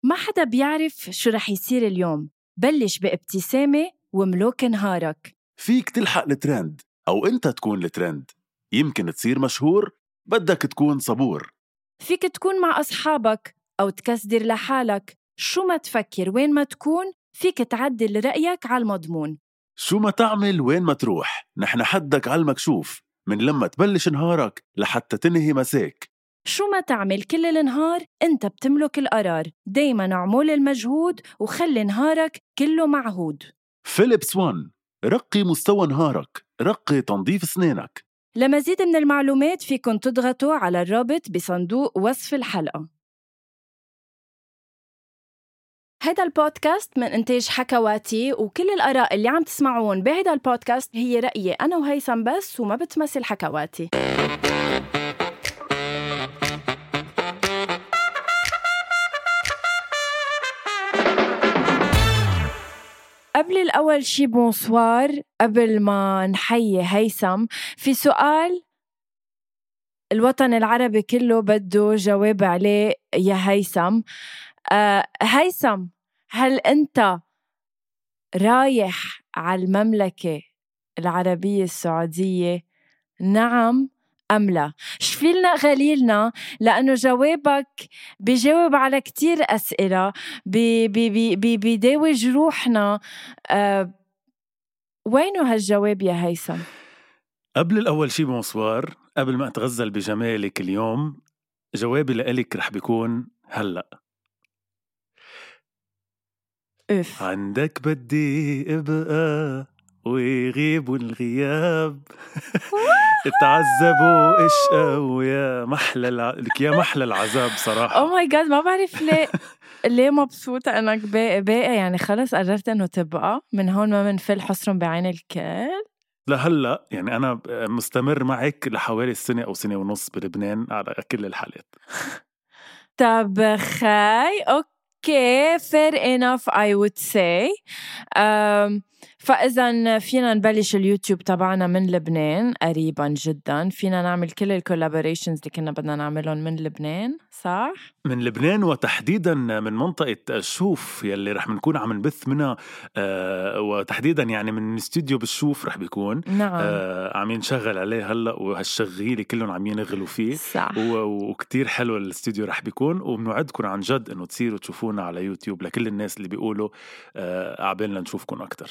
ما حدا بيعرف شو رح يصير اليوم. بلش بابتسامة وملوك نهارك. فيك تلحق الترند أو أنت تكون الترند. يمكن تصير مشهور، بدك تكون صبور. فيك تكون مع أصحابك أو تكسدر لحالك. شو ما تفكر وين ما تكون، فيك تعدل رأيك على المضمون. شو ما تعمل وين ما تروح، نحن حدك على المكشوف، من لما تبلش نهارك لحتى تنهي مساك. شو ما تعمل كل النهار، انت بتملك القرار. دايما اعمل المجهود وخلي نهارك كله معهود. فيليبس وان، رقي مستوى نهارك، رقي تنظيف سنينك. لمزيد من المعلومات فيكن تضغطوا على الرابط بصندوق وصف الحلقة. هيدا البودكاست من إنتاج حكواتي، وكل الآراء اللي عم تسمعون بهيدا البودكاست هي رأيي أنا وهيثم بس، وما بتمثل حكواتي. قبل الأول شي بونسوار، قبل ما نحيي هيثم، في سؤال الوطن العربي كله بده جواب عليه يا هيثم. هيثم، هل أنت رايح على المملكة العربية السعودية؟ نعم أم لا؟ شفيلنا غليلنا، لأنه جوابك بيجاوب على كتير أسئلة، بيداوي جروحنا. وينه هالجواب يا هيثم؟ قبل الأول شي بونسوار، قبل ما أتغزل بجمالك اليوم، جوابي لإلك رح بيكون هلأ. عندك بدي ابقى ويغيب الغياب اتعذبوا اشقوا يا محلى يا محلى العذاب صراحة. او ماي جاد، ما بعرف ليه مبسوطة انك باقي يعني. خلص قررت انه تبقى من هون ما منفل حصرهم بعين الكل لهلا. يعني أنا مستمر معك لحوالي السنة أو سنة ونص بلبنان على كل الحالات. طب خاي اوكي، fair enough I would say. فإذا فينا نبلش اليوتيوب تبعنا من لبنان قريبا جدا. فينا نعمل كل الكولابوريشنز اللي كنا بدنا نعملهم من لبنان، صح؟ من لبنان، وتحديدا من منطقة الشوف يلي رح نكون عم نبث منها. وتحديدا يعني من استوديو بالشوف رح بيكون. نعم. عم ينشغل عليه هلأ، وهالشغيلة كلهم عم ينغلوا فيه. صح. وكتير حلو الاستوديو رح بيكون، وبنوعدكم عن جد انه تصيروا تشوفونا على يوتيوب لكل الناس اللي بيقولوا عبالنا نشوفكم أكتر.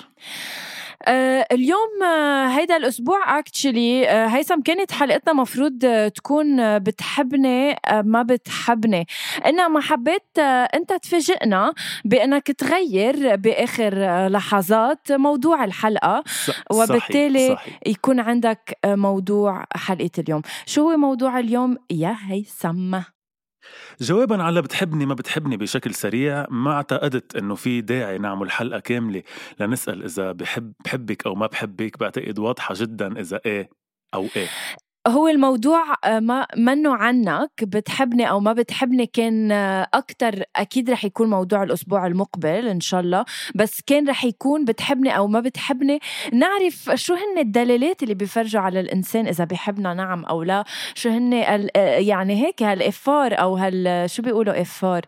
اليوم هيدا الأسبوع actually هيثم كانت حلقتنا مفروض تكون بتحبني ما بتحبني، إنما حبيت أنت تفاجئنا بأنك تغير بآخر لحظات موضوع الحلقة، وبالتالي صحيح. يكون عندك موضوع حلقة اليوم. شو هو موضوع اليوم يا هيثم؟ جواباً على بتحبني ما بتحبني بشكل سريع، ما اعتقدت انه في داعي نعمل حلقة كاملة لنسأل اذا بحبك او ما بحبك. بعتقد واضحة جدا اذا ايه او ايه. هو الموضوع ما منه عنك بتحبني أو ما بتحبني، كان أكتر أكيد رح يكون موضوع الأسبوع المقبل إن شاء الله، بس كان رح يكون بتحبني أو ما بتحبني، نعرف شو هن الدلالات اللي بيفرجوا على الإنسان إذا بيحبنا نعم أو لا. شو هن يعني هيك هالإفار أو شو بيقولوا إفار،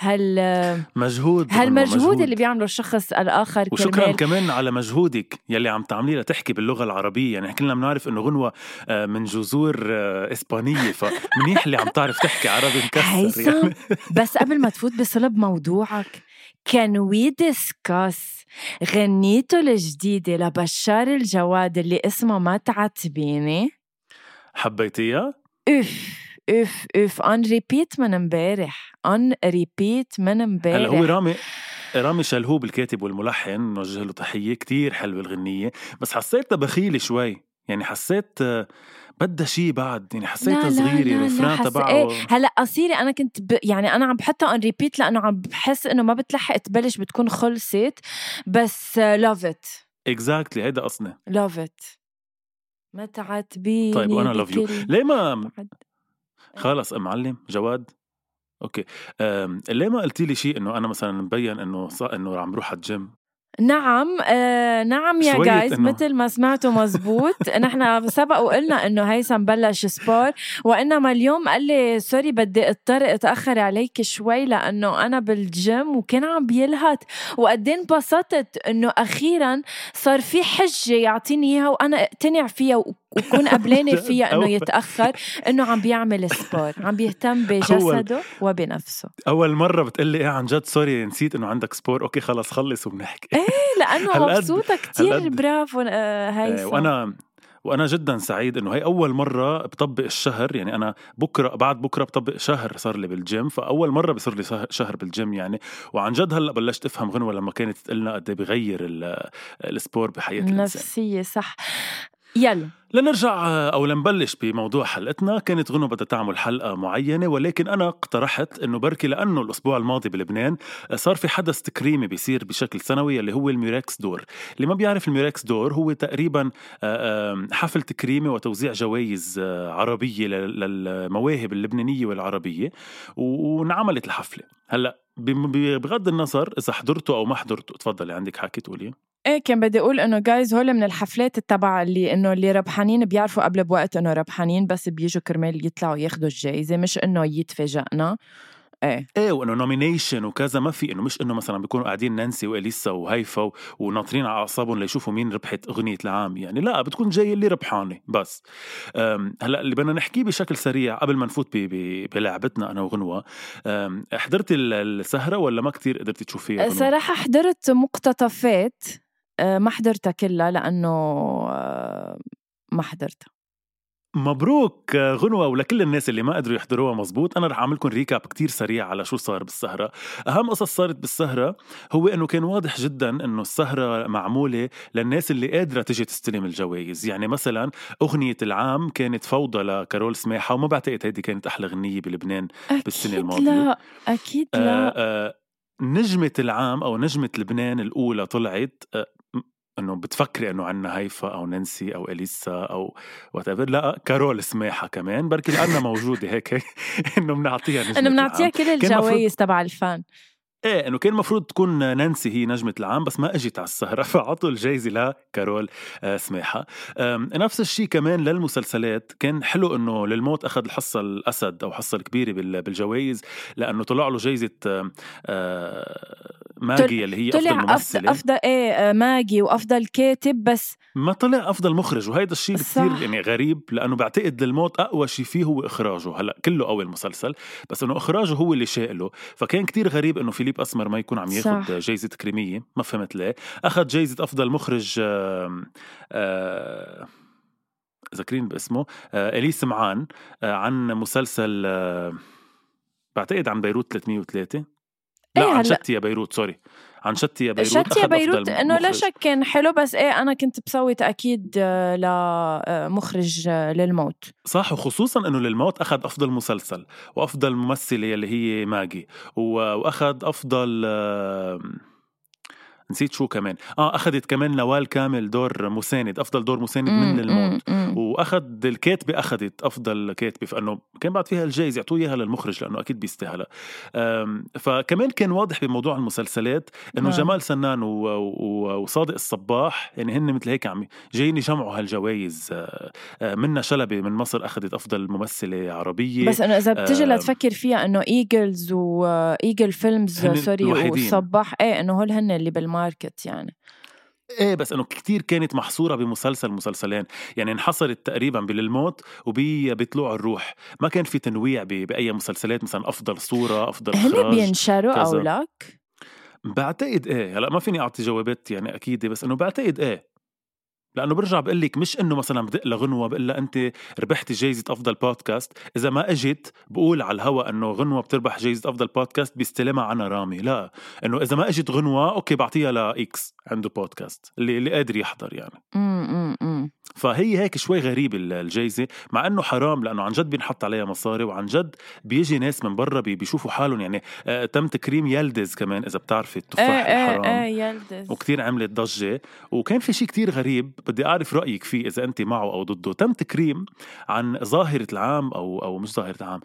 هالمجهود اللي بيعمله الشخص الآخر. وشكرا كمان على مجهودك يلي عم تعمليه لتحكي باللغة العربية. يعني كلنا بنعرف إنه غنوة من جزور إسبانية، فمنيح اللي عم تعرف تحكي عربي مكسر يعني. بس قبل ما تفوت بصلب موضوعك، كان وي ديسكاس غنيته الجديدة لبشار الجواد اللي اسمه ما تعتبيني؟ حبيتيها؟ اف on repeat من امبارح. هلا هو رامي شلهوب الكاتب والملحن، نوجه له تحية. كتير حلوة الغنية، بس حسيتها بخيلة شوي. يعني حسيت بدها شي بعد، يعني حسيتها صغيرة. رفران تبعه هلا قصيرة. أنا كنت يعني أنا عم بحطها on repeat لأنه عم بحس إنه ما بتلحق تبلش، بتكون خلصت. بس love it exactly، هيدا قصني love it. ما تعتبيني. طيب وأنا love you. ليه ما خلص معلم جواد؟ أوكي. ليه ما قلتي لي شيء إنه أنا مثلا مبين إنه عم بروح على الجيم؟ نعم نعم يا جايز، مثل ما سمعتوا مزبوط. نحن سبق وقلنا انه هيثم بلش سبور، وانما اليوم قال لي سوري بدي اضطر اتاخر عليك شوي لانه انا بالجيم، وكان عم بيلهت. وقدين انبسطت انه اخيرا صار في حجه يعطيني اياها وانا اقتنع فيها وكون قبلاني فيها انه يتاخر، انه عم بيعمل سبور، عم بيهتم بجسده وبنفسه. اول مره بتقلي ايه عن جد سوري نسيت انه عندك سبور، اوكي خلص خلص وبنحكي. ايه لانه مبسوطه كتير. برافو هيثم. وانا جدا سعيد انه هي اول مره بطبق الشهر، يعني انا بكره بعد بكره بطبق شهر صار لي بالجيم، فاول مره بصير لي شهر بالجيم يعني. وعن جد هلا بلشت افهم غنوه لما كانت تقلنا قد ايه بغير السبور بحياه الانسان. نفسيه صح. يلا لنرجع أو لنبلش بموضوع حلقتنا. كانت غنوة بدها تعمل حلقة معينة، ولكن أنا اقترحت أنه بركي لأنه الأسبوع الماضي بلبنان صار في حدث تكريمي بيصير بشكل سنوي اللي هو الميراكس دور. اللي ما بيعرف الميراكس دور هو تقريبا حفل تكريمي وتوزيع جوائز عربية للمواهب اللبنانية والعربية، ونعملت الحفلة. هلأ بغض النظر إذا حضرته أو ما حضرته، تفضلي عندك حكي تقولي. ايه كان بدي اقول انه جايز هول من الحفلات التبع اللي ربحانين بيعرفوا قبل بوقت انه ربحانين، بس بيجوا كرمال يطلعوا ياخدوا الجائزة، مش انه يتفاجئنا. ايه وانه نومينيشن وكذا، ما في انه مش انه مثلا بيكونوا قاعدين نانسي وإليسا وهيفا وناطرين على اعصابهم ليشوفوا مين ربحت اغنية العام، يعني لا، بتكون جاي اللي ربحانه بس. هلا اللي بدنا نحكيه بشكل سريع قبل ما نفوت بلعبتنا انا وغنوة. حضرتي السهرة ولا ما كتير قدرتي تشوفيها؟ صراحة حضرت مقتطفات، ما حضرتها كلها لأنه ما حضرتها. مبروك غنوة ولكل الناس اللي ما قدروا يحضروها. مزبوط. أنا رح أعملكم ريكاب كتير سريع على شو صار بالسهرة. أهم قصص صارت بالسهرة هو أنه كان واضح جدا أنه السهرة معمولة للناس اللي قادرة تجي تستلم الجوائز. يعني مثلا أغنية العام كانت فوضى لكارول سماحة، وما بعتقد هذه كانت أحلى غنية بلبنان بالسنة الماضية. لا أكيد لا. نجمة العام أو نجمة لبنان الأولى طلعت انه بتفكري انه عنا هيفا او نانسي او إليسا او whatever. لا، كارول سماحة كمان، بركي لأننا موجودة هيك انه بنعطيها نجمة انه بنعطيها كل الجوائز تبع الفان. ايه انه كان المفروض تكون نانسي هي نجمة العام، بس ما اجت على السهرة فعطوا الجايزة لكارول سماحة. نفس الشيء كمان للمسلسلات. كان حلو انه للموت اخذ الحصة الاسد او حصة الكبيرة بالجوائز، لانه طلع له جايزة ماجي اللي هي افضل ممثلة. افضل ماجي وافضل كاتب، بس ما طلع افضل مخرج. وهيدا الشيء كثير يعني غريب، لانه بعتقد للموت اقوى شيء فيه هو اخراجه. هلا كله قوي المسلسل، بس انه اخراجه هو اللي شايله. فكان كتير غريب انه فيليب اسمر ما يكون عم ياخد جايزة تكريمية. ما فهمت ليه. اخذ جايزة افضل مخرج ذاكرين باسمه إليس معان عن مسلسل بعتقد عن بيروت 303. لا عن شتي يا بيروت، سوري، عن شتي يا بيروت. شتي يا بيروت انه لا شك كان حلو، بس انا كنت بصوت اكيد لمخرج للموت. صح، وخصوصا انه للموت اخذ افضل مسلسل وافضل ممثلة اللي هي ماجي، واخذ افضل نسيت شو كمان. أخذت كمان نوال كامل دور مساند، أفضل دور مساند من الموت. وأخذ الكاتبة، أخذت أفضل كاتبة، فأنه كان بعد فيها الجايزة يعطوه إياها للمخرج لأنه أكيد بيستاهلها. فكمان كان واضح بموضوع المسلسلات أنه جمال سنان وصادق الصباح يعني هن مثل هيك عم جايين يجمعوا هالجوائز. منى شلبي من مصر أخذت أفضل ممثلة عربية. بس أنه إذا بتجي لتفكر فيها أنه إيجلز وإيجل فيلمز سوري والصباح أنه هول هن اللي بالماركت يعني. بس انه كتير كانت محصورة مسلسلين، يعني انحصرت تقريبا بالموت وبطلوع الروح. ما كان في تنويع بأي مسلسلات، مثلا افضل صورة، افضل اخراج. هن بينشروا او لك؟ بعتقد هلا ما فيني اعطي جوابات يعني اكيد، بس انه بعتقد لأنه برجع بقلك مش إنه مثلا بدق لغنوة بقول لها أنت ربحتي جايزة أفضل بودكاست، إذا ما أجت بقول على الهوا إنه غنوة بتربح جايزة أفضل بودكاست بيستلمها عنا رامي. لا، إنه إذا ما أجت غنوة أوكي بعطيها لإكس عنده بودكاست اللي قادر يحضر يعني. فهي هيك شوي غريب الجايزة، مع إنه حرام لأنه عن جد بينحط عليها مصاري، وعن جد بيجي ناس من برا بيشوفوا حالهم يعني. تم تكريم يلدز كمان إذا بتعرفي التفاح الحرام، يلدز، وكتير عملت ضجة. وكان في شيء كتير غريب بدي أعرف رأيك فيه إذا أنت معه أو ضده. تم تكريم عن ظاهرة العام أو مش ظاهرة العام،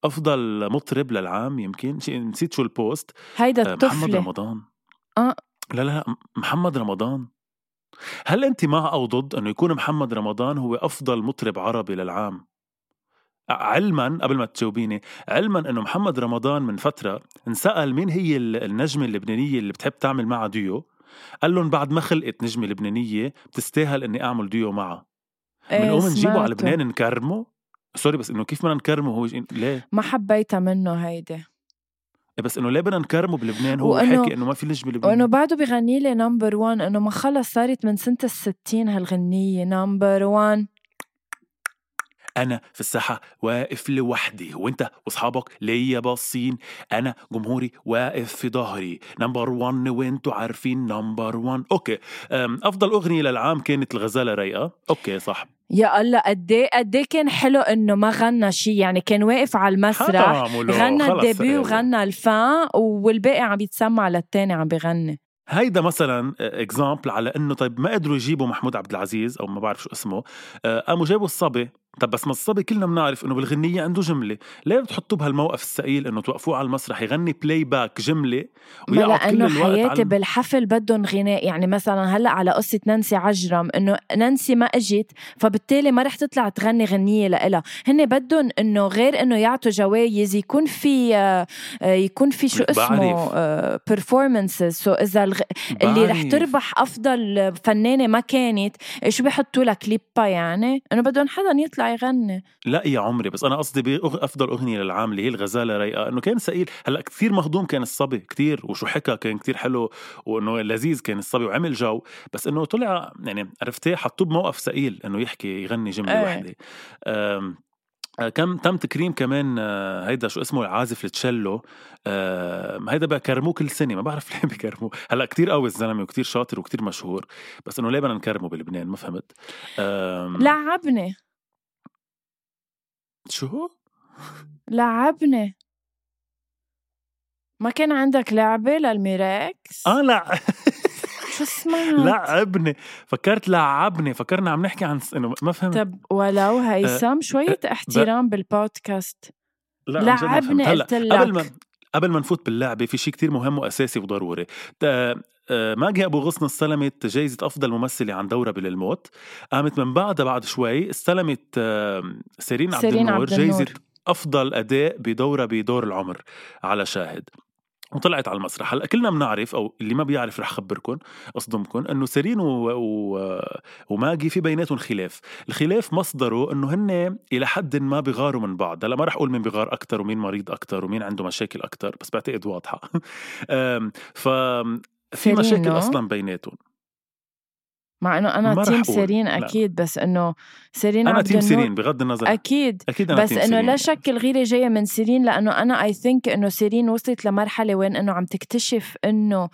أفضل مطرب للعام، يمكن نسيت شو البوست. هيدا الطفلة محمد رمضان. لا محمد رمضان. هل أنت مع أو ضد أنه يكون محمد رمضان هو أفضل مطرب عربي للعام؟ علما قبل ما تجاوبيني، علما أنه محمد رمضان من فترة انسأل مين هي النجمة اللبنانية اللي بتحب تعمل معها ديو، قال لهم بعد ما خلقت نجمة لبنانية بتستاهل أني أعمل ديو معها. منقوم نجيبه على لبنان نكرمه؟ سوري بس إنه كيف بدنا نكرمه؟ هو ليه؟ ما حبيتها منه هيدي. بس إنه ليه بدنا نكرمه بلبنان؟ هو حكي إنه ما في نجم بلبنان، وإنه بعده بيغني لي نمبر 1، إنه ما خلص صارت من سنة 60 هالغنية نمبر 1. أنا في الساحة واقف لوحدي وإنت وأصحابك ليا باصين، أنا جمهوري واقف في ظهري نمبر 1 وإنتوا عارفين نمبر 1. أوكي، أفضل أغنية للعام كانت الغزالة رايقة. أوكي صح. يا الله قديه كان حلو إنه ما غنى شي، يعني كان واقف على المسرح غنى الديبي وغنى الفان والباقي عم يتسمع للتاني عم بيغني. هيدا مثلا اكزامبل على انه طيب ما قدروا يجيبوا محمود عبد العزيز او ما بعرف شو اسمه، قاموا جابوا الصبي. طب بس ما الصبي كلنا بنعرف انه بالغنية عنده جملة، ليه بتحطوا بهالموقف الثقيل انه توقفوه على المسرح يغني بلاي باك جملة ويقعد كل الوقت حياتي بالحفل بدهم غناء. يعني مثلا هلأ على قصة نانسي عجرم، انه نانسي ما اجت فبالتالي ما رح تطلع تغني غنية لإلها. هن بدهم انه غير انه يعطوا جوائز يكون في شو اسمه performances. سو اذا اللي رح تربح افضل فنانة ما كانت شو بيحطوا لها كليبا، يعني انه بدهم حدا يطلع يغني. لا يا عمري، بس أنا قصدي أفضل أغنية للعام اللي هي الغزالة رايقة، إنه كان سئيل. هلأ كثير مهضوم كان الصبي كتير، وشو حكى كان كتير حلو، وإنه لذيذ كان الصبي وعمل جو، بس إنه طلع يعني عرفتي حطوه بموقف سئيل إنه يحكي يغني جملة واحدة. كم تم تكريم كمان هيدا شو اسمه عازف التشيلو، هيدا بكرموه كل سنة، ما بعرف ليه بكرموه. هلأ كتير قوي الزلمة وكتير شاطر وكتير مشهور، بس إنه ليه بدنا نكرمه بلبنان ما فهمت. لعبني شو؟ لعبني ما كان عندك لعبة للميراكس؟ لا شو اسمها؟ لعبني، فكرت لعبني، فكرنا عم نحكي عن إنه ما فهمت. طب ولو هيثم شوية احترام بالبودكاست. لعبني قلت لك. قبل ما نفوت باللعبة في شيء كتير مهم وأساسي وضروري. ماجي أبو غصن استلمت جايزة أفضل ممثلة عن دورة بالموت. قامت من بعدها بعد شوي استلمت سيرين عبد النور جايزة أفضل أداء بدور العمر على شاهد، وطلعت على المسرح. هلا كلنا بنعرف، او اللي ما بيعرف رح اخبركم اصدمكم، انه سيرين وماجي في بيناتهم خلاف. الخلاف مصدره انه هن الى حد ما بيغاروا من بعض. هلا ما رح اقول مين بيغار اكتر ومين مريض اكتر ومين عنده مشاكل اكتر، بس بعتقد واضحه. ففي مشاكل اصلا بيناتهم، مع انه انا تيم سيرين اكيد. لا. بس انه سيرين انا تيم سيرين بغض النظر اكيد أنا بس انه لا شك الغيره جايه من سيرين، لانه انا اي ثينك انه سيرين وصلت لمرحله وين انه عم تكتشف انه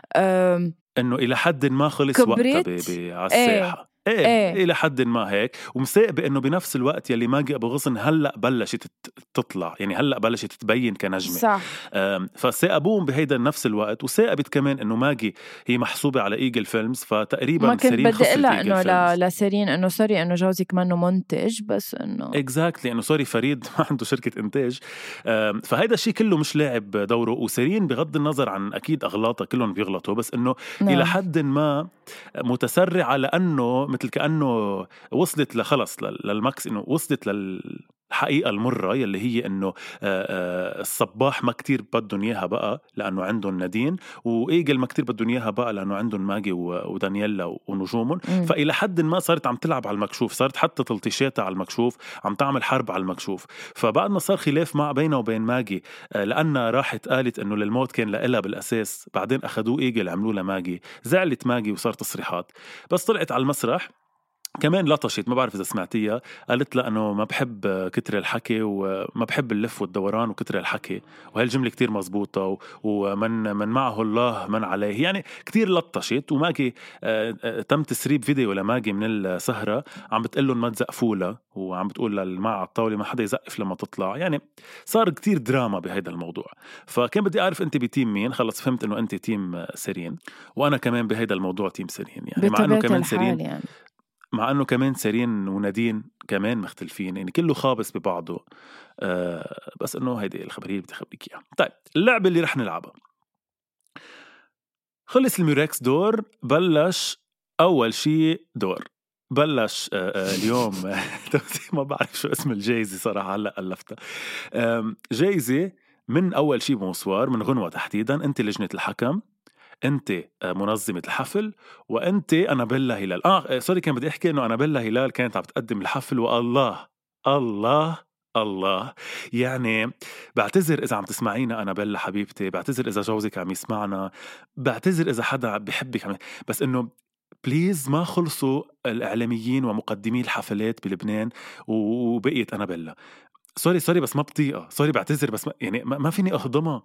الى حد ما خلص وقتها على الساحه. إيه إلى حد ما هيك، ومساقب إنه بنفس الوقت يلي ماجي أبو غصن هلأ بلشت تطلع، يعني هلأ بلشت تبين كنجمة. صح. فساقبوهم بهيدا نفس الوقت، وساقبت كمان إنه ماجي هي محسوبة على إيجل فيلمز، فتقريبا ما كنت بدي إلا إنه لسيرين إنه سوري إنه جوزك منه منتج، بس إنه exactly إنه سوري فريد ما عنده شركة إنتاج. فهيدا الشيء كله مش لاعب دوره. وسيرين بغض النظر عن أكيد أغلاطها، كلهم بيغلطوا، بس إنه إلى حد ما متسرع، لأنه مثل كأنه وصلت لخلص للماكس، إنه وصلت الحقيقة المرة يلي هي إنه الصباح ما كتير بدهم إياها بقى لأنه عندهم نادين، وإيجل ما كتير بدهم إياها بقى لأنه عندهم ماجي ودانييلا ونجومهم. فإلى حد ما صارت عم تلعب على المكشوف، صارت حتى تلطيشاتها على المكشوف، عم تعمل حرب على المكشوف. فبعد ما صار خلاف مع بينه وبين ماجي، لأنها راحت قالت إنه للموت كان لإلها بالأساس، بعدين أخدوه إيجل عملوا لها ماجي، زعلت ماجي وصار تصريحات. بس طلعت على المسرح كمان لطشت، ما بعرف إذا سمعتيها، قالت لا أنه ما بحب كتر الحكي وما بحب اللف والدوران وكتر الحكي، وهالجملة كتير مزبوطة، ومن معه الله من عليه، يعني كتير لطشت. وماجي تم تسريب فيديو لماجي من السهرة عم بتقلن ما تزقفولا، وعم بتقول للماء على الطاولة ما حدا يزقف لما تطلع. يعني صار كتير دراما بهذا الموضوع. فكان بدي أعرف أنت بتيم مين. خلص فهمت أنه أنت تيم سيرين، وأنا كمان بهذا الموضوع تيم سيرين. يعني مع أنه كمان سيرين يعني. مع أنه كمان سيرين ونادين كمان مختلفين، يعني كله خابص ببعضه. بس أنه هيدي الخبرية اللي بدي أخبرك إياها. طيب اللعبة اللي رح نلعبها خلص الميركس دور، بلش أول شي دور، بلش اليوم ما بعرف شو اسم الجايزة صراحة، هلأ ألفتها. جايزة من أول شي بونسوار من غنوة تحديدا، أنت لجنة الحكم، أنت منظمة الحفل، وأنت أنابيلا هلال. سوري، كان بدي أحكي إنه أنابيلا هلال كانت عم تقدم الحفل، والله الله الله يعني بعتذر إذا عم تسمعينا أنابيلا حبيبتي، بعتذر إذا جوزك عم يسمعنا، بعتذر إذا حدا بحبك بس إنه بليز ما خلصوا الإعلاميين ومقدمي الحفلات بلبنان وبقيت أنابيلا. سوري بس ما بطيئة، سوري بعتذر بس يعني ما فيني أهضمها.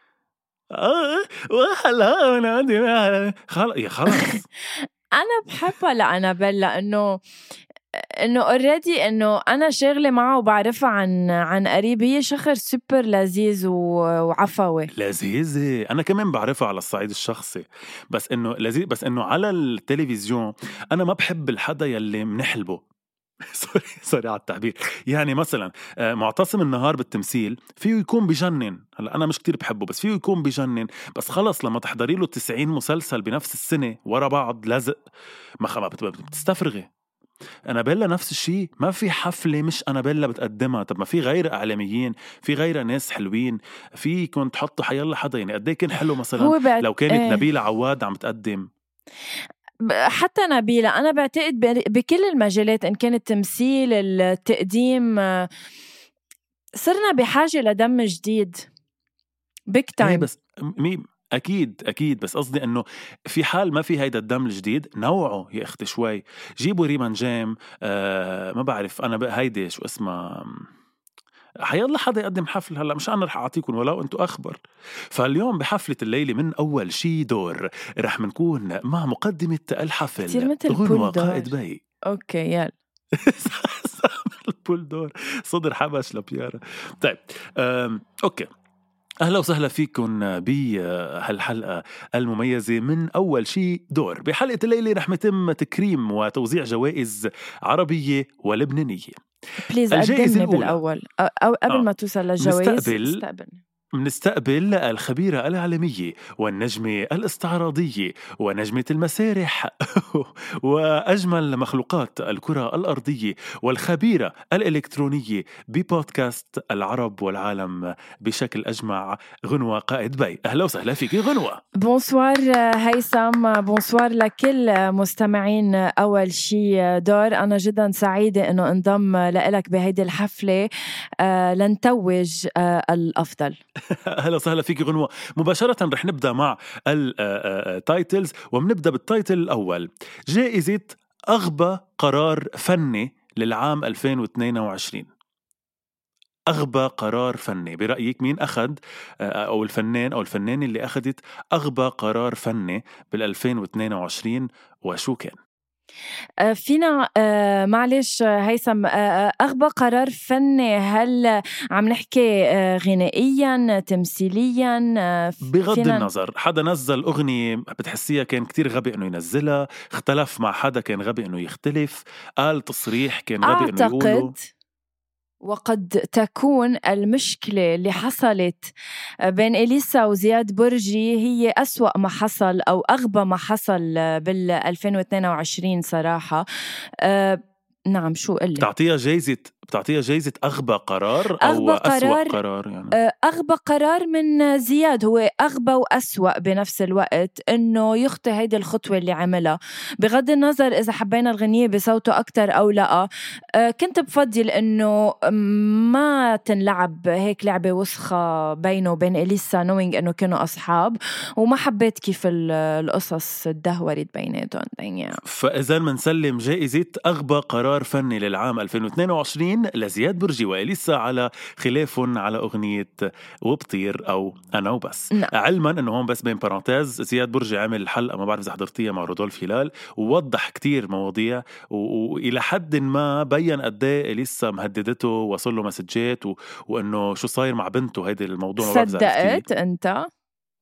وهلا أنا خلص أنا بحبها لأنابيلا، إنه already إنه أنا شغلة معه وبعرفها عن قريب. هي شخر سوبر لذيذ وعفوي لذيذة. أنا كمان بعرفها على الصعيد الشخصي، بس إنه لذيذ، بس إنه على التلفزيون أنا ما بحب الحدا يلي منحلبه. سوري على التعبير. يعني مثلا معتصم النهار بالتمثيل فيه يكون بجنن، هلا أنا مش كتير بحبه بس فيه يكون بجنن، بس خلص لما تحضري له 90 مسلسل بنفس السنة ورا بعض لازق ما بتستفرغي. أنابيلا نفس الشيء، ما في حفلة مش أنابيلا بتقدمها. طب ما في غير إعلاميين، في غير ناس حلوين، في كنت تحطوا حيالله حدا. يعني قد ايه كان حلو مثلا لو كانت نبيلة عواد عم تقدم. حتى نبيلة أنا بعتقد بكل المجالات، إن كانت تمثيل، التقديم، صرنا بحاجة لدم جديد بيك تايم. بس أكيد بس قصدي أنه في حال ما في هيدا الدم الجديد نوعه يا أختي شوي. جيبوا ريمان جيم، ما بعرف أنا هيدي شو اسمها، حيالله حدا يقدم حفل. هلا مش أنا رح أعطيكم ولو أنتوا أخبر. فاليوم بحفلة الليلة من أول شي دور رح منكون مع مقدمة الحفل غنوة قائد بي. أوكي يلا البول دور صدر حبش لبيارة. طيب أوكي، أهلا وسهلا فيكم بهالحلقة المميزة من أول شي دور. بحلقة الليلة رح يتم تكريم وتوزيع جوائز عربية ولبنانية. بليز قدمني بالأول أو قبل ما توصل للجوائز. منستقبل الخبيرة الإعلامية والنجمة الاستعراضية ونجمة المسارح وأجمل مخلوقات الكرة الأرضية والخبيرة الإلكترونية ببودكاست العرب والعالم بشكل أجمع، غنوة قائد بي. أهلا وسهلا فيك غنوة. بونسوار هيثم، بونسوار لكل مستمعين أول شي دور. أنا جدا سعيدة أنه انضم لك بهيدي الحفلة لنتوج الأفضل. أهلا وسهلا فيك غنوة. مباشرة رح نبدأ مع التايتلز، وبنبدأ بالتايتل الأول، جائزة أغبى قرار فني للعام 2022. أغبى قرار فني برأيك مين أخذ أو الفنان أو الفنانة اللي أخذت أغبى قرار فني بال2022 وشو كان؟ فينا معلش هيثم، أغبى قرار فني هل عم نحكي غنائيا تمثيليا؟ بغض النظر، حدا نزل أغنية بتحسيها كان كتير غبي إنه ينزلها، اختلف مع حدا كان غبي إنه يختلف، قال تصريح كان غبي إنه يقوله. وقد تكون المشكلة اللي حصلت بين إليسا وزياد برجي هي أسوأ ما حصل أو أغبى ما حصل بال2022 صراحة. نعم، شو قلي؟ بتعطيها جايزة أغبى قرار أو أسوأ قرار يعني. أغبى قرار من زياد، هو أغبى وأسوأ بنفس الوقت، إنه يخطي هيدي الخطوة اللي عملها. بغض النظر إذا حبينا الغنية بصوته أكتر أو لا، كنت بفضل إنه ما تنلعب هيك لعبة وسخة بينه وبين إليسا نوينج إنه كانوا أصحاب، وما حبيت كيف القصص الدهورت بيناتهم يعني. فإذا منسلم جائزة أغبى قرار فني للعام 2022 لزياد برجي وإليسا على خلاف على أغنية وبطير أو أنا وبس. علما أنه هون بس بين بارانتاز، زياد برجي عمل حلقة ما بعرف إذا حضرتيها مع رودولف هلال، ووضح كتير مواضيع وإلى حد ما بيّن قديه إليسا مهددته، وصل له مسجات وأنه شو صاير مع بنته. هيدا الموضوع صدقت أنت؟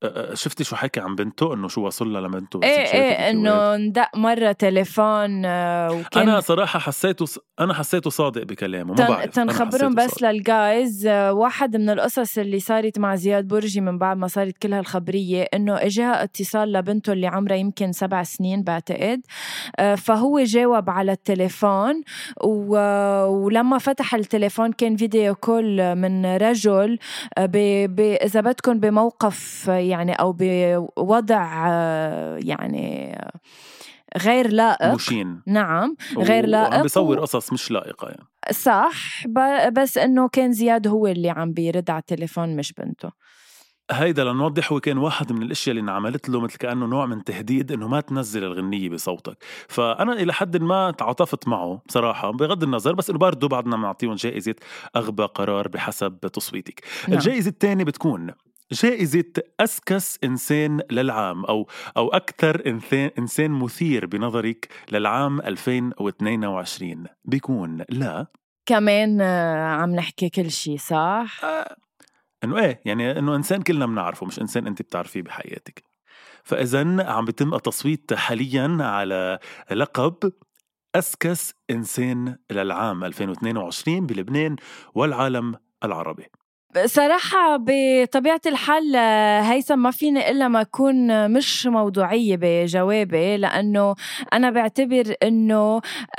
شفتي شو حكي عن بنته انه شو وصل لها لبنته؟ ايه انه ندق مرة تليفون وكان انا صراحة حسيته صادق بكلامه. ما بعرف تنخبرهم بس للجايز. واحد من القصص اللي صارت مع زياد برجي من بعد ما صارت كل هالخبرية انه اجاها اتصال لبنته اللي عمرها يمكن 7 سنين بعتقد، فهو جاوب على التليفون ولما فتح التليفون كان فيديو كول من رجل إذا بدكن بموقف يعني أو بوضع يعني غير لائق. مشين. نعم غير لائق. عم بيصور قصص مش لائقة يعني. صح، بس إنه كان زياد هو اللي عم بيرد على التليفون مش بنته. هيدا لنوضح هو كان واحد من الاشياء اللي انعملت له مثل كأنه نوع من تهديد انه ما تنزل الغنية بصوتك. فانا الى حد ما تعاطفت معه بصراحة بغض النظر، بس انه برضه بعدنا بنعطيهم جائزة اغبى قرار بحسب تصويتك. نعم. الجائزة الثانية بتكون جائزة أسكس إنسان للعام أو أكثر إنسان مثير بنظرك للعام 2022. بيكون لا كمان عم نحكي كل شيء صح؟ إنه إيه يعني إنه إنسان كلنا بنعرفه مش إنسان أنت بتعرفيه بحياتك. فإذن عم بيتم التصويت حاليا على لقب أسكس إنسان للعام 2022 بلبنان والعالم العربي. صراحة بطبيعة الحال هيثم ما فيني إلا ما أكون مش موضوعية بجوابي، لأنه أنا بعتبر أنه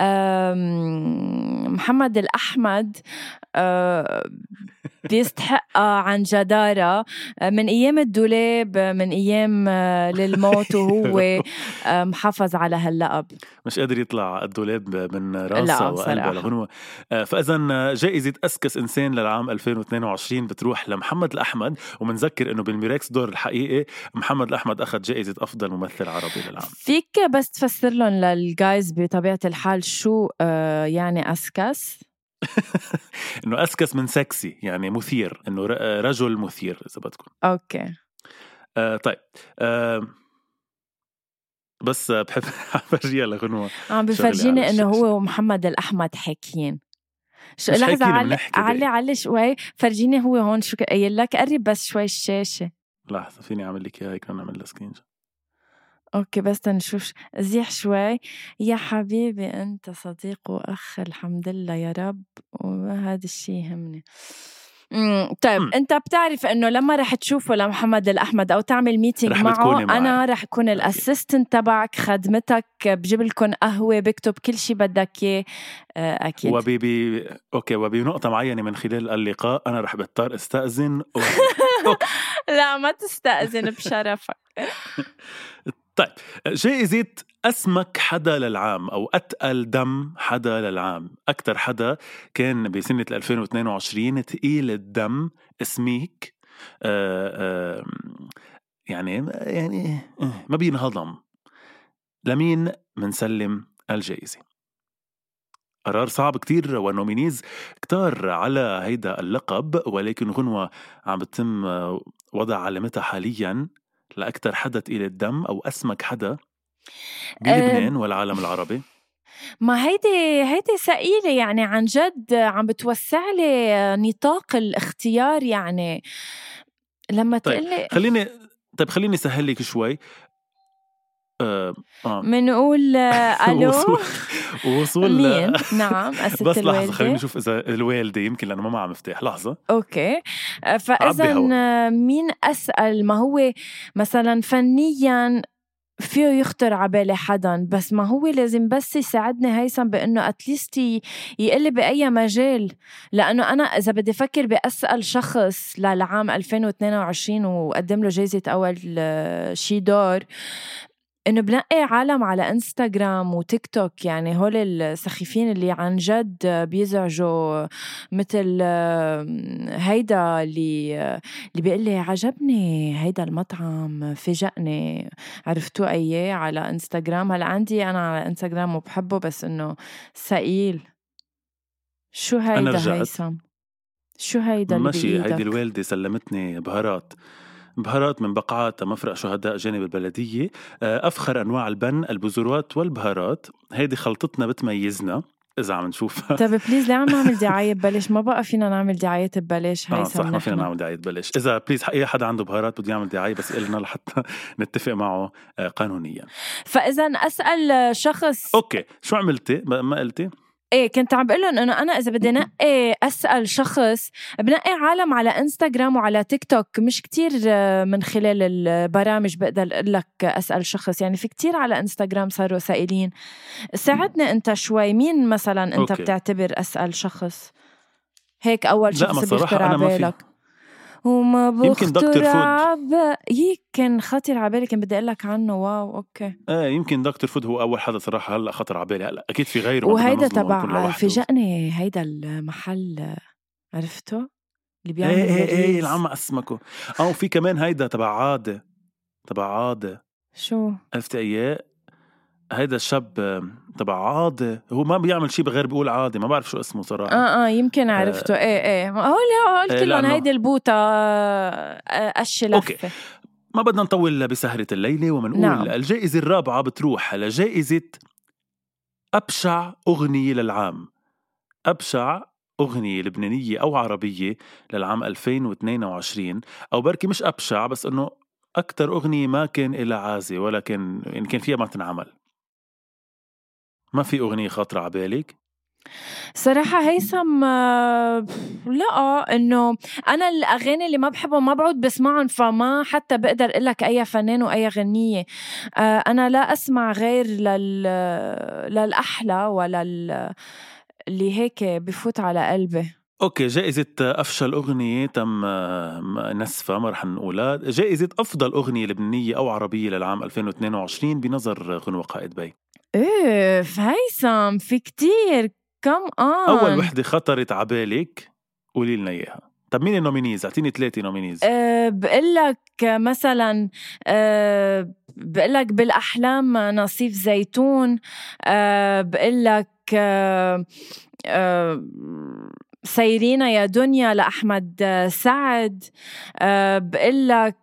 محمد الأحمد بيستحق عن جدارة من أيام الدولاب، من أيام للموت، وهو محافظ على هاللقب. مش قادر يطلع الدولاب من راسه وقلبه لغنوة. فإذن جائزة أسكس إنسان للعام 2022 بتروح لمحمد الأحمد. ومنذكر إنه بالميراكس دور الحقيقي محمد الأحمد أخذ جائزة أفضل ممثل عربي للعام. فيك بس تفسر لهم للجايز بطبيعة الحال شو يعني أسكس؟ إنه أسكس من سكسي يعني مثير، إنه رجل مثير إذا بدكم. أوكي. طيب بس بحب فرجيها لغنوة. عم بفرجيني إنه هو ومحمد الأحمد حاكيين. لحظة علي شوي، فرجيني هو هون شو قايل لك. قرب بس شوي الشاشة. لحظة فيني أعمل لك هيك نعمل لها سكرين. أوكي بس تنشوف زيح شوي. يا حبيبي أنت صديق وأخ الحمد لله يا رب، وهذا الشيء يهمني. طيب أنت بتعرف إنه لما رح تشوفه لمحمد الأحمد أو تعمل ميتينج معه، أنا رح أكون الأسيستنت تبعك، خدمتك، بجيب لكم قهوة، بكتب كل شيء بدك إياه. أكيد. أوكي وبنقطة معينة من خلال اللقاء أنا رح بضطر استأذن. لا ما تستأذن بشرفك. طيب جائزة أسمك حدا للعام أو أتقل دم حدا للعام. أكتر حدا كان بسنة 2022 تقيل الدم اسميك. يعني ما بينهضم. لمين منسلم الجائزة؟ قرار صعب كتير ونومينيز كتار على هيدا اللقب، ولكن غنوة عم بتم وضع علامتها حالياً لأكتر حدا تقيل الدم أو أسمك حدا بلبنان والعالم العربي. ما هيدي ثقيلة يعني عن جد، عم بتوسع لي نطاق الاختيار يعني لما تقلي. خليني سهل لك شوي. منقول ألو وصول مين؟ نعم بس لحظة خليني نشوف إذا الوالدة يمكن لأنه ما معها مفتاح. لحظة. أوكي. فإذا مين أسأل؟ ما هو مثلا فنيا فيه يخطر عبالي حدا، بس ما هو لازم بس يساعدني هيثم بأنه أتليست يقلي بأي مجال، لأنه أنا إذا بدي فكر بأسأل شخص للعام 2022 وقدم له جايزة أول شي دور، إنه بنقي عالم على إنستغرام وتيك توك، يعني هول السخيفين اللي عن جد بيزعجوا، مثل هيدا اللي بيقول لي عجبني هيدا المطعم فاجأني، عرفتوا أيه على إنستغرام. هلا عندي أنا على إنستغرام وبحبه، بس إنه ثقيل. شو هيدا هيثم؟ شو هيدا اللي ماشي؟ هيدي الوالدة سلمتني بهارات من بقعات مفرق شهداء جانب البلدية. أفخر أنواع البن، البذورات والبهارات. هيدي خلطتنا بتميزنا. إذا عم نشوفها. طب بليز لا عم نعمل دعاية ببلاش، ما بقى فينا نعمل دعاية ببلاش. هاي صح، ما فينا نعمل دعاية ببلاش. إذا بليز أي حدا عنده بهارات بده يعمل دعاية بس قلنا لحتى نتفق معه قانونيا. فإذا أسأل شخص أوكي شو عملتي؟ ما قلتي؟ ايه كنت عم بقول لهم انه انا اذا بدي نقي اسال شخص بنقي عالم على انستغرام وعلى تيك توك، مش كتير من خلال البرامج بقدر اقول لك اسال شخص. يعني في كتير على انستغرام صاروا سائلين. ساعدنا انت شوي، مين مثلا انت أوكي. بتعتبر اسال شخص هيك اول شخص بيخطر على بالك؟ وما بخطر يمكن خاطر على بالي كان بدي اقول لك عنه. واو اوكي. يمكن دكتور فود هو اول حدا صراحه هلا خطر على بالي. هلا اكيد في غيره، وهيدا تبع فاجأني هيدا المحل، عرفته اللي بيعمل ايه العم اسمكو. في كمان هيدا تبع عاده. شو عرفت اياه؟ هيدا الشاب تبع عاده، هو ما بيعمل شيء بغير بيقول عادي، ما بعرف شو اسمه صراحه. يمكن عرفته. ايه هو كلهم هيدي البوطه لفه. اوكي ما بدنا نطول بسهرة الليلة ومنقول نعم. الجائزة الرابعة بتروح لجائزة أبشع أغنية للعام. أبشع أغنية لبنانية أو عربية للعام 2022، أو بركي مش أبشع بس أنه أكتر أغنية ما كان إلا عازة ولا كان يعني كان فيها ما تنعمل. ما في أغنية خاطرة عبالك؟ صراحة هيثم لا، إنه أنا الأغاني اللي ما بحبهم ما بعود بسمعهم، فما حتى بقدر أقولك أي فنان وأي غنية. أنا لا أسمع غير للأحلى ولا اللي هيك بفوت على قلبي. أوكي جائزة أفشل أغنية تم نسفها، ما رح نقولها. جائزة أفضل أغنية لبنانية أو عربية للعام 2022 بنظر غنوة قائد. إيه هيثم في كتير أول وحدة خطرت عبالك قولي لنا إياها. طب مين النومينيز؟ أعطيني 3 نومينيز. بقلك مثلا بقلك بالأحلام نصيف زيتون. بقلك سيرينا يا دنيا لأحمد سعد. بقلك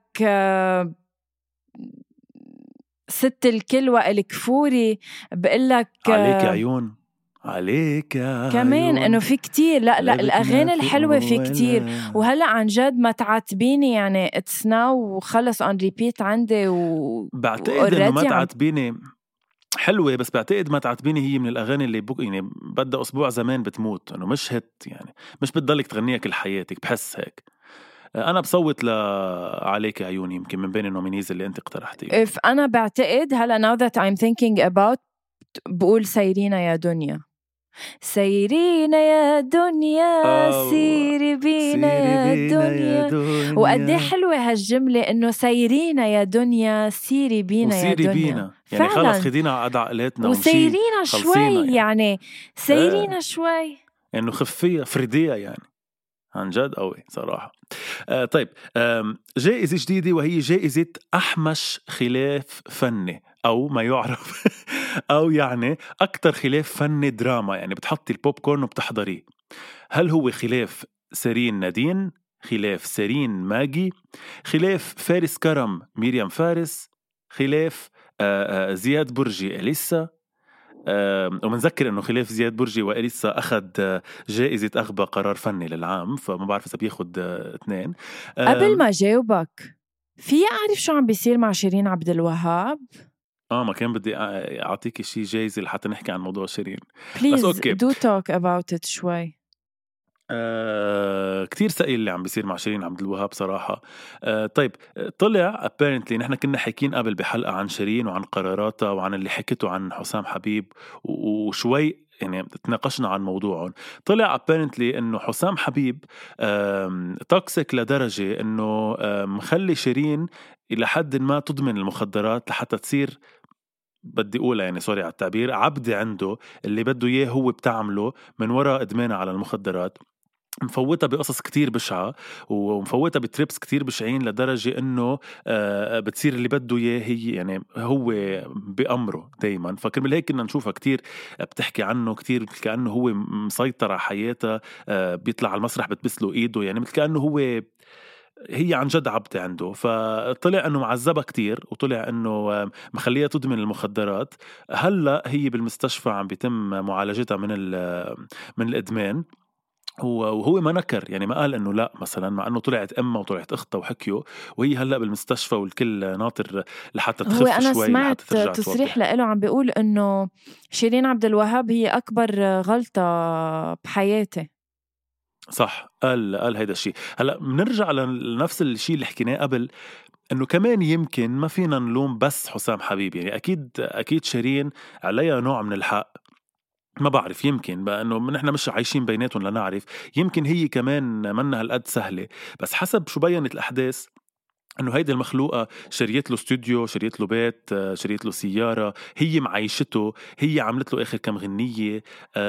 ست الكل والكفوري. بقلك عليك عيون، عليك كمان انه في كتير. لا الاغاني الحلوه في كتير. وهلا عن جد ما تعاتبيني يعني اتس ناو وخلص اون ريبيت عندي. بعتقد انه ما تعاتبيني حلوه، بس بعتقد ما تعاتبيني هي من الاغاني اللي يعني بدها اسبوع زمان بتموت، انه مش هت يعني مش بتضلك تغنيها كل حياتك. بحس هيك. انا بصوت عليك عيوني يمكن من بين النومينيز اللي انت اقترحتيه. انا بعتقد هلا now that I'm thinking about بقول سيرينا يا دنيا. سيرينا يا دنيا سيري بينا يا دنيا. وقدي حلوة هالجملة انه سيرينا يا دنيا سيري بينا يا دنيا بينا. يعني خلص خدينا على عقلاتنا وسيرينا شوي يعني سيرينا شوي انه خفية فردية يعني عن جد قوي صراحة. طيب جائزة جديدة وهي جائزة أحمش خلاف فني أو ما يعرف أو يعني أكتر خلاف فني دراما. يعني بتحطي البوب كورن وبتحضريه. هل هو خلاف سيرين نادين، خلاف سيرين ماجي، خلاف فارس كرم مريم فارس، خلاف زياد برجي إليسا؟ ومنذكر انه خلاف زياد برجي وإليسا اخذ جائزة اغبى قرار فني للعام، فما بعرف اذا بياخد 2. قبل ما جاوبك في اعرف شو عم بيصير مع شيرين عبد الوهاب؟ ما كان بدي اعطيك شي جايزة لحتى نحكي عن موضوع شيرين. Please do talk about it شوي. كتير سئيل اللي عم بيصير مع شيرين عبد الوهاب صراحة. طيب طلع apparently نحن كنا حكين قبل بحلقة عن شيرين وعن قراراتها وعن اللي حكيته عن حسام حبيب وشوي يعني تناقشنا عن موضوعهم. طلع apparently انه حسام حبيب توكسيك لدرجة انه مخلي شيرين الى حد ما تدمن المخدرات لحتى تصير بدي أقولها يعني سوري على التعبير عبد عنده. اللي بده إياه هو بتعمله من وراء إدمانه على المخدرات. مفوتها بقصص كتير بشعة ومفوتها بتريبس كتير بشعين لدرجة انه بتصير اللي بده اياه هي يعني هو بأمره دايما. فكرمال هيك كنا نشوفها كتير بتحكي عنه كتير مثل كأنه هو مسيطر على حياتها. بيطلع على المسرح بتبسله ايده يعني مثل كأنه هو هي عن جد عبدة عنده، فطلع أنه معذبة كتير وطلع أنه مخليها تدمن المخدرات. هلأ هي بالمستشفى عم بيتم معالجتها من الإدمان. وهو ما نكر، يعني ما قال انه لا مثلا، مع انه طلعت امها وطلعت اختها وحكيوا، وهي هلا بالمستشفى والكل ناطر لحتى تخف هو أنا شوي، سمعت لحتى ترجع تصريح توضح. له عم بيقول إنه شيرين عبد الوهاب هي أكبر غلطة بحياتي. صح، قال هيدا الشيء. هلا بنرجع لنفس الشيء اللي حكيناه قبل، انه كمان يمكن ما فينا نلوم بس حسام حبيب، يعني اكيد شيرين عليها نوع من الحق. ما بعرف، يمكن بقى انه نحن مش عايشين بيناتهم لنعرف، يمكن هي كمان منها هالقد سهله، بس حسب شو بينت الاحداث انه هيدي المخلوقه شريت له استوديو، شريت له بيت، شريت له سياره، هي معيشته، هي عملت له اخر كم غنيه.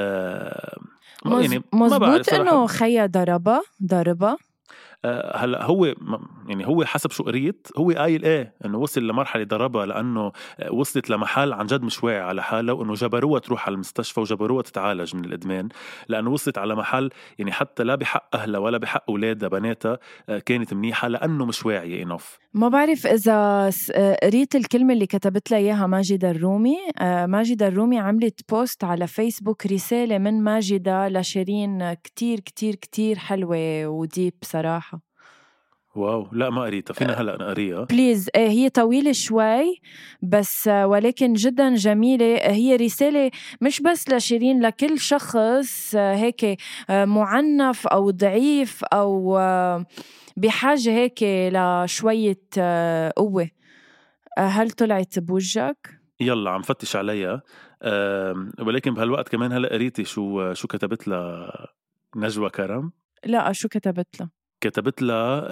يعني ما بعرف مزبوط صراحه. إنه خيا ضربة. هلا هو يعني هو حسب شو قريت، هو قايل ايه انه وصل لمرحله ضربها لانه وصلت لمحل عن جد مش واعي على حالها، وانه جبروها تروح على المستشفى وجبروها تتعالج من الادمان، لانه وصلت على محل يعني حتى لا بحق اهلها ولا بحق اولادها بناتها كانت منيحه، لانه مش واعيه انف. ما بعرف إذا قريت الكلمة اللي كتبت لها إياها ماجدة الرومي. ماجدة الرومي عملت بوست على فيسبوك، رسالة من ماجدة لشيرين كتير كتير كتير حلوة وديب صراحة. واو، لا ما قريتها، فينا هلا نقريها بليز. هي طويلة شوي بس ولكن جدا جميلة. هي رسالة مش بس لشيرين، لكل شخص هيك معنف أو ضعيف أو بحاجة هيك لشوية قوة. هل طلعت بوجهك؟ يلا عم فتش عليها. ولكن بهالوقت كمان هلا قريتي شو كتبت لها نجوى كرم؟ لا، شو كتبت له؟ كتبت لها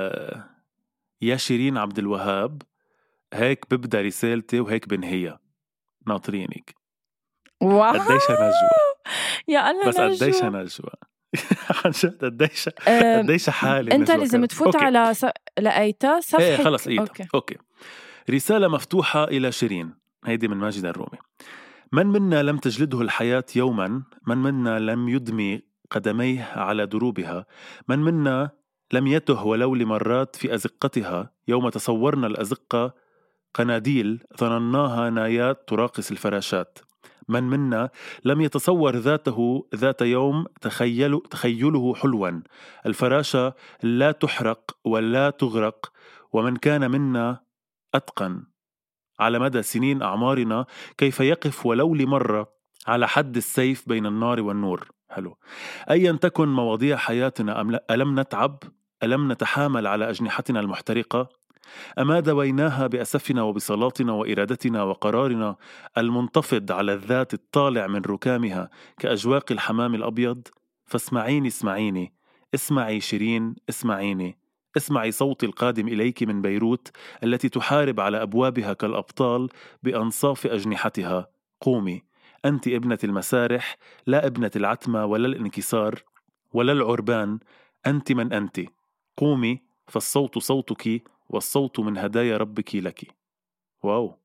يا شيرين عبد الوهاب، هيك ببدأ رسالتي وهيك بنهيها، ناطرينك. واو قديش نجوى، يا الله بس قديش نجوى. نجوى عن جد قديش حالي انت نجوى لازم كرم. تفوت أوكي. على لقيتها ايه صفحة. خلص لقيتها. اوكي. اوكي. رسالة مفتوحة إلى شيرين، هيدي من ماجد الرومي. من منا لم تجلده الحياة يوما، من منا لم يدمي قدميه على دروبها، من منا لم يته ولو لمرات في أزقتها، يوم تصورنا الأزقة قناديل ظنناها نايات تراقص الفراشات، من منا لم يتصور ذاته ذات يوم تخيله حلوا، الفراشة لا تحرق ولا تغرق، ومن كان منا أتقن على مدى سنين أعمارنا كيف يقف ولو لمرة على حد السيف بين النار والنور. حلو. أيا تكن مواضيع حياتنا، ألم نتعب؟ ألم نتحامل على أجنحتنا المحترقة؟ أما دويناها بأسفنا وبصلاتنا وإرادتنا وقرارنا المنتفض على الذات الطالع من ركامها كأجواق الحمام الأبيض؟ فاسمعيني اسمعيني، اسمعي شيرين اسمعيني، اسمعي صوت القادم إليك من بيروت التي تحارب على أبوابها كالأبطال بأنصاف أجنحتها. قومي، أنت ابنة المسارح، لا ابنة العتمة ولا الانكسار ولا العربان، أنت من أنت. قومي، فالصوت صوتك والصوت من هدايا ربك لك. واو.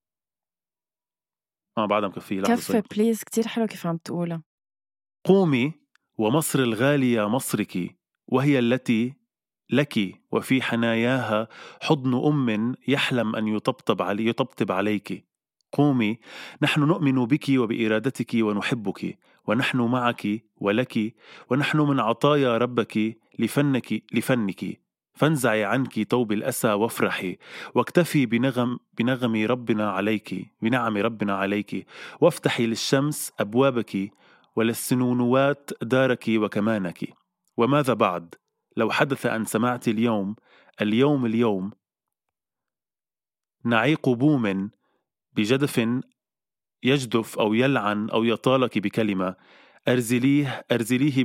بعدها مكفيه، لحظة كفي شوي. بليز، كتير حلو كيف عم تقولها. قومي، ومصر الغالية مصرك، وهي التي لك وفي حناياها حضن أم يحلم أن يطبطب عليك. قومي، نحن نؤمن بك وبإرادتك ونحبك، ونحن معك ولك، ونحن من عطايا ربك لفنك، فانزعي عنك توب الأسى وافرحي، واكتفي بنعم ربنا عليك، وافتحي للشمس أبوابك وللسنونوات دارك وكمانك. وماذا بعد لو حدث أن سمعت اليوم نعيق بوم بجدف يجدف أو يلعن أو يطالك بكلمة، أرزليه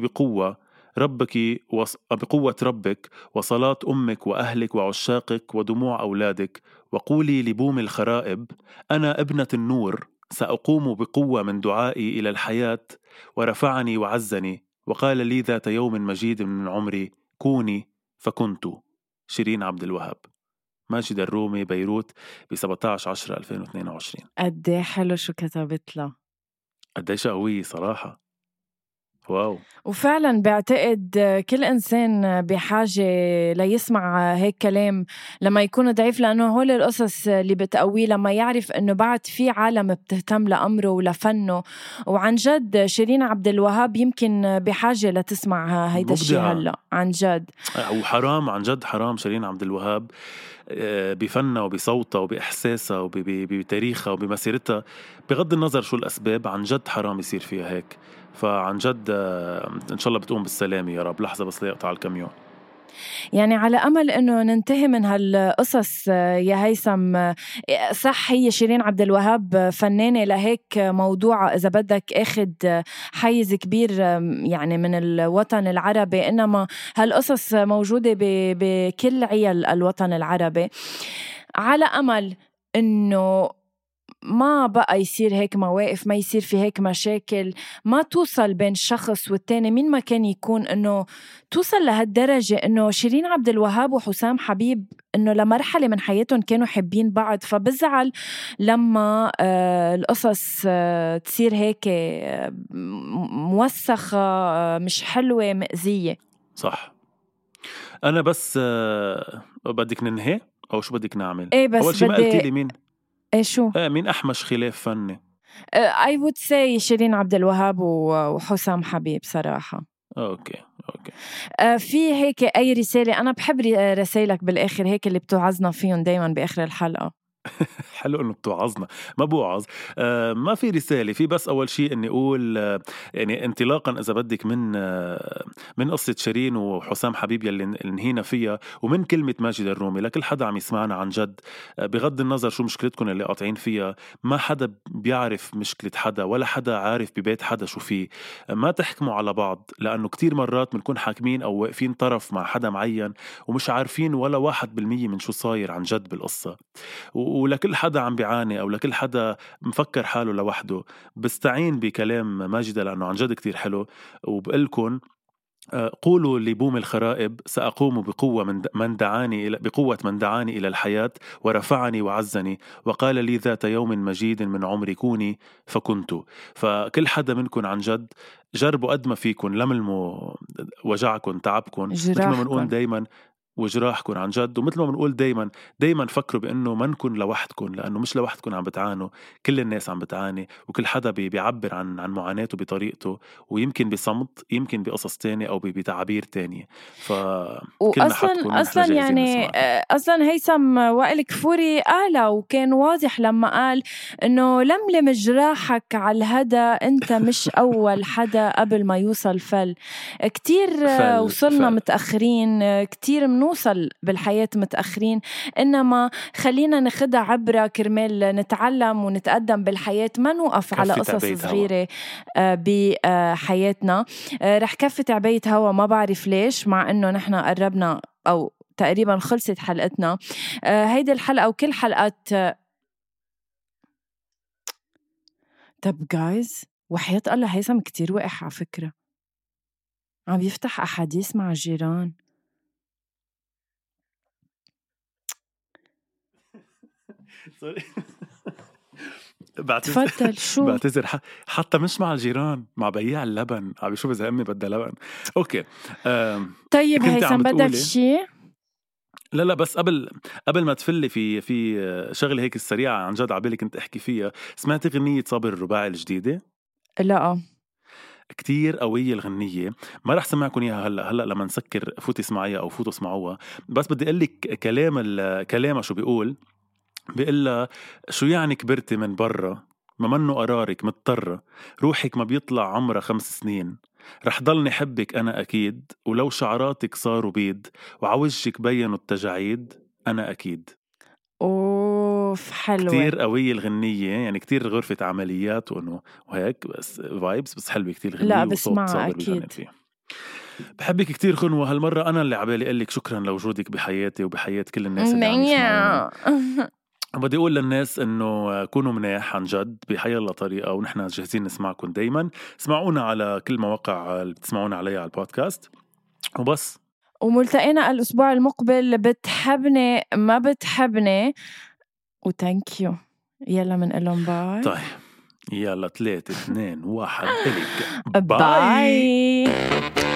بقوة ربك وصلاة أمك وأهلك وعشاقك ودموع أولادك، وقولي لبوم الخرائب: أنا ابنة النور، سأقوم بقوة من دعائي إلى الحياة، ورفعني وعزني وقال لي ذات يوم مجيد من عمري: كوني، فكنت. شيرين عبد الوهاب. ماجد الرومي، بيروت، ب17/10/2022. قد ايه حلو شو كتبت له. قديش قوية صراحة. واو. وفعلا بعتقد كل إنسان بحاجة ليسمع هيك كلام لما يكون ضعيف، لأنه هول القصص اللي بتقويه لما يعرف أنه بعد في عالم بتهتم لأمره ولفنه. وعن جد شيرين عبد الوهاب يمكن بحاجة لتسمع هيدا الشيء هلأ عن جد. وحرام عن جد حرام شيرين عبد الوهاب بفنها وبصوتها وبإحساسها وبتاريخها وبمسيرتها، بغض النظر شو الأسباب، عن جد حرام يصير فيها هيك. فعن جد إن شاء الله بتقوم بالسلامة يا رب. لحظة بس ليقطع الكاميون. يعني على أمل أنه ننتهي من هالقصص يا هيثم. صح هي شيرين عبد الوهاب فنانة لهيك موضوع إذا بدك أخد حيز كبير يعني من الوطن العربي، إنما هالقصص موجودة بكل عيال الوطن العربي. على أمل أنه ما بقى يصير هيك مواقف، ما يصير في هيك مشاكل، ما توصل بين الشخص والتاني مين ما كان يكون، انه توصل لهالدرجة انه شيرين عبد الوهاب وحسام حبيب انه لمرحلة من حياتهم كانوا حبين بعض. فبزعل لما القصص تصير هيك موسخة، مش حلوة، مأذية. صح. انا بس بدك ننهي او شو بدك نعمل؟ ايه بس اول شيء ما قلتي لي مين؟ ايه شو؟ مين أحمش خلاف فني؟ I would say شيرين عبد الوهاب وحسام حبيب صراحة. أوكي. في هيك أي رسالة؟ أنا بحب رسائلك بالآخر هيك اللي بتوعظنا فيهم دايما بآخر الحلقة. حلو انه بتوعظنا. ما بوعظ. ما في رسالة، في بس اول شيء اني اقول يعني انطلاقا اذا بدك من قصة شيرين وحسام حبيب يلي انهينا فيها، ومن كلمة ماجد الرومي لكل حدا عم يسمعنا، عن جد بغض النظر شو مشكلتكم اللي قاطعين فيها، ما حدا بيعرف مشكلة حدا ولا حدا عارف ببيت حدا شو فيه. ما تحكموا على بعض، لانه كتير مرات بنكون حاكمين او واقفين طرف مع حدا معين ومش عارفين ولا 1% من شو صاير عن جد بالقصة. ولكل حدا عم بيعاني أو لكل حدا مفكر حاله لوحده، بستعين بكلام ماجدة لأنه عن جد كتير حلو، وبقلكن قولوا لبوم الخرائب سأقوم بقوة من دعاني إلى الحياة ورفعني وعزني وقال لي ذات يوم مجيد من عمري كوني فكنت. فكل حدا منكن عن جد جربوا قد ما فيكن لملموا وجعكن تعبكن، مثل ما بنقول دايما وجراحكن عن جد. ومثل ما بنقول دايما فكروا بأنه ما نكون لوحدكن، لأنه مش لوحدكن عم بتعانوا، كل الناس عم بتعاني، وكل حدا بيعبر عن معاناته بطريقته، ويمكن بصمت، يمكن بقصص تانية أو بتعابير تانية. فكلنا حدكن أصلا يعني أصلا هيثم وائل كفوري قال وكان واضح لما قال إنه لملم جراحك على الهدى، أنت مش أول حدا قبل ما يوصل فل. كتير وصلنا متأخرين، كتير منوصل بالحياة متأخرين، إنما خلينا ناخدها عبرة كرمال نتعلم ونتقدم بالحياة، ما نوقف على قصص صغيرة بحياتنا. رح كفت عباية هوا، ما بعرف ليش، مع إنه نحن قربنا أو تقريبا خلصت حلقتنا. هيدي الحلقة وكل حلقات. طب جايز، وحياة الله هيثم كتير وقح على فكرة، عم يفتح أحاديث مع الجيران. تفضل. شو بعتذر حتى مش مع الجيران، مع بياع اللبن عم يشوف إذا أمي بدها لبن. أوكي. طيب هيثم بدك شيء؟ لا بس قبل ما تفلي في شغله هيك السريعة عن جد عبالي كنت أحكي فيها. سمعتي غنية صابر الرباعي الجديدة؟ لا كتير قوية الغنية، ما رح سمعكم إياها هلأ لما نسكر فوتي اسمعيها أو فوتوا اسمعوها. بس بدي أقول لك كلامها شو بيقول لها: شو يعني كبرتي من برا، ما منو قرارك مضطرة، روحك ما بيطلع عمرها 5 سنين، رح ضلني حبك أنا أكيد، ولو شعراتك صاروا بيض وعوجك بينوا التجاعيد أنا أكيد. أوف حلوة كتير قوية الغنية، يعني كتير غرفة عمليات وهيك، بس فايبس، بس حلوة كتير الغنية. لا بسمعها أكيد. بحبك كتير خنوة. هالمرة أنا اللي عبالي قلك شكرا لوجودك بحياتي وبحياة كل الناس اللي عم يسمعونا. بدي أقول للناس إنه كونوا مناح عن جد بحي الله طريقة، ونحن جاهزين نسمعكم دايما. اسمعونا على كل مواقع اللي بتسمعونا عليها على البودكاست وبس. وملتقينا الأسبوع المقبل. بتحبني ما بتحبني وتانك يو. يلا من قلهم باي. طيب يلا 3 2 1 إليك. باي.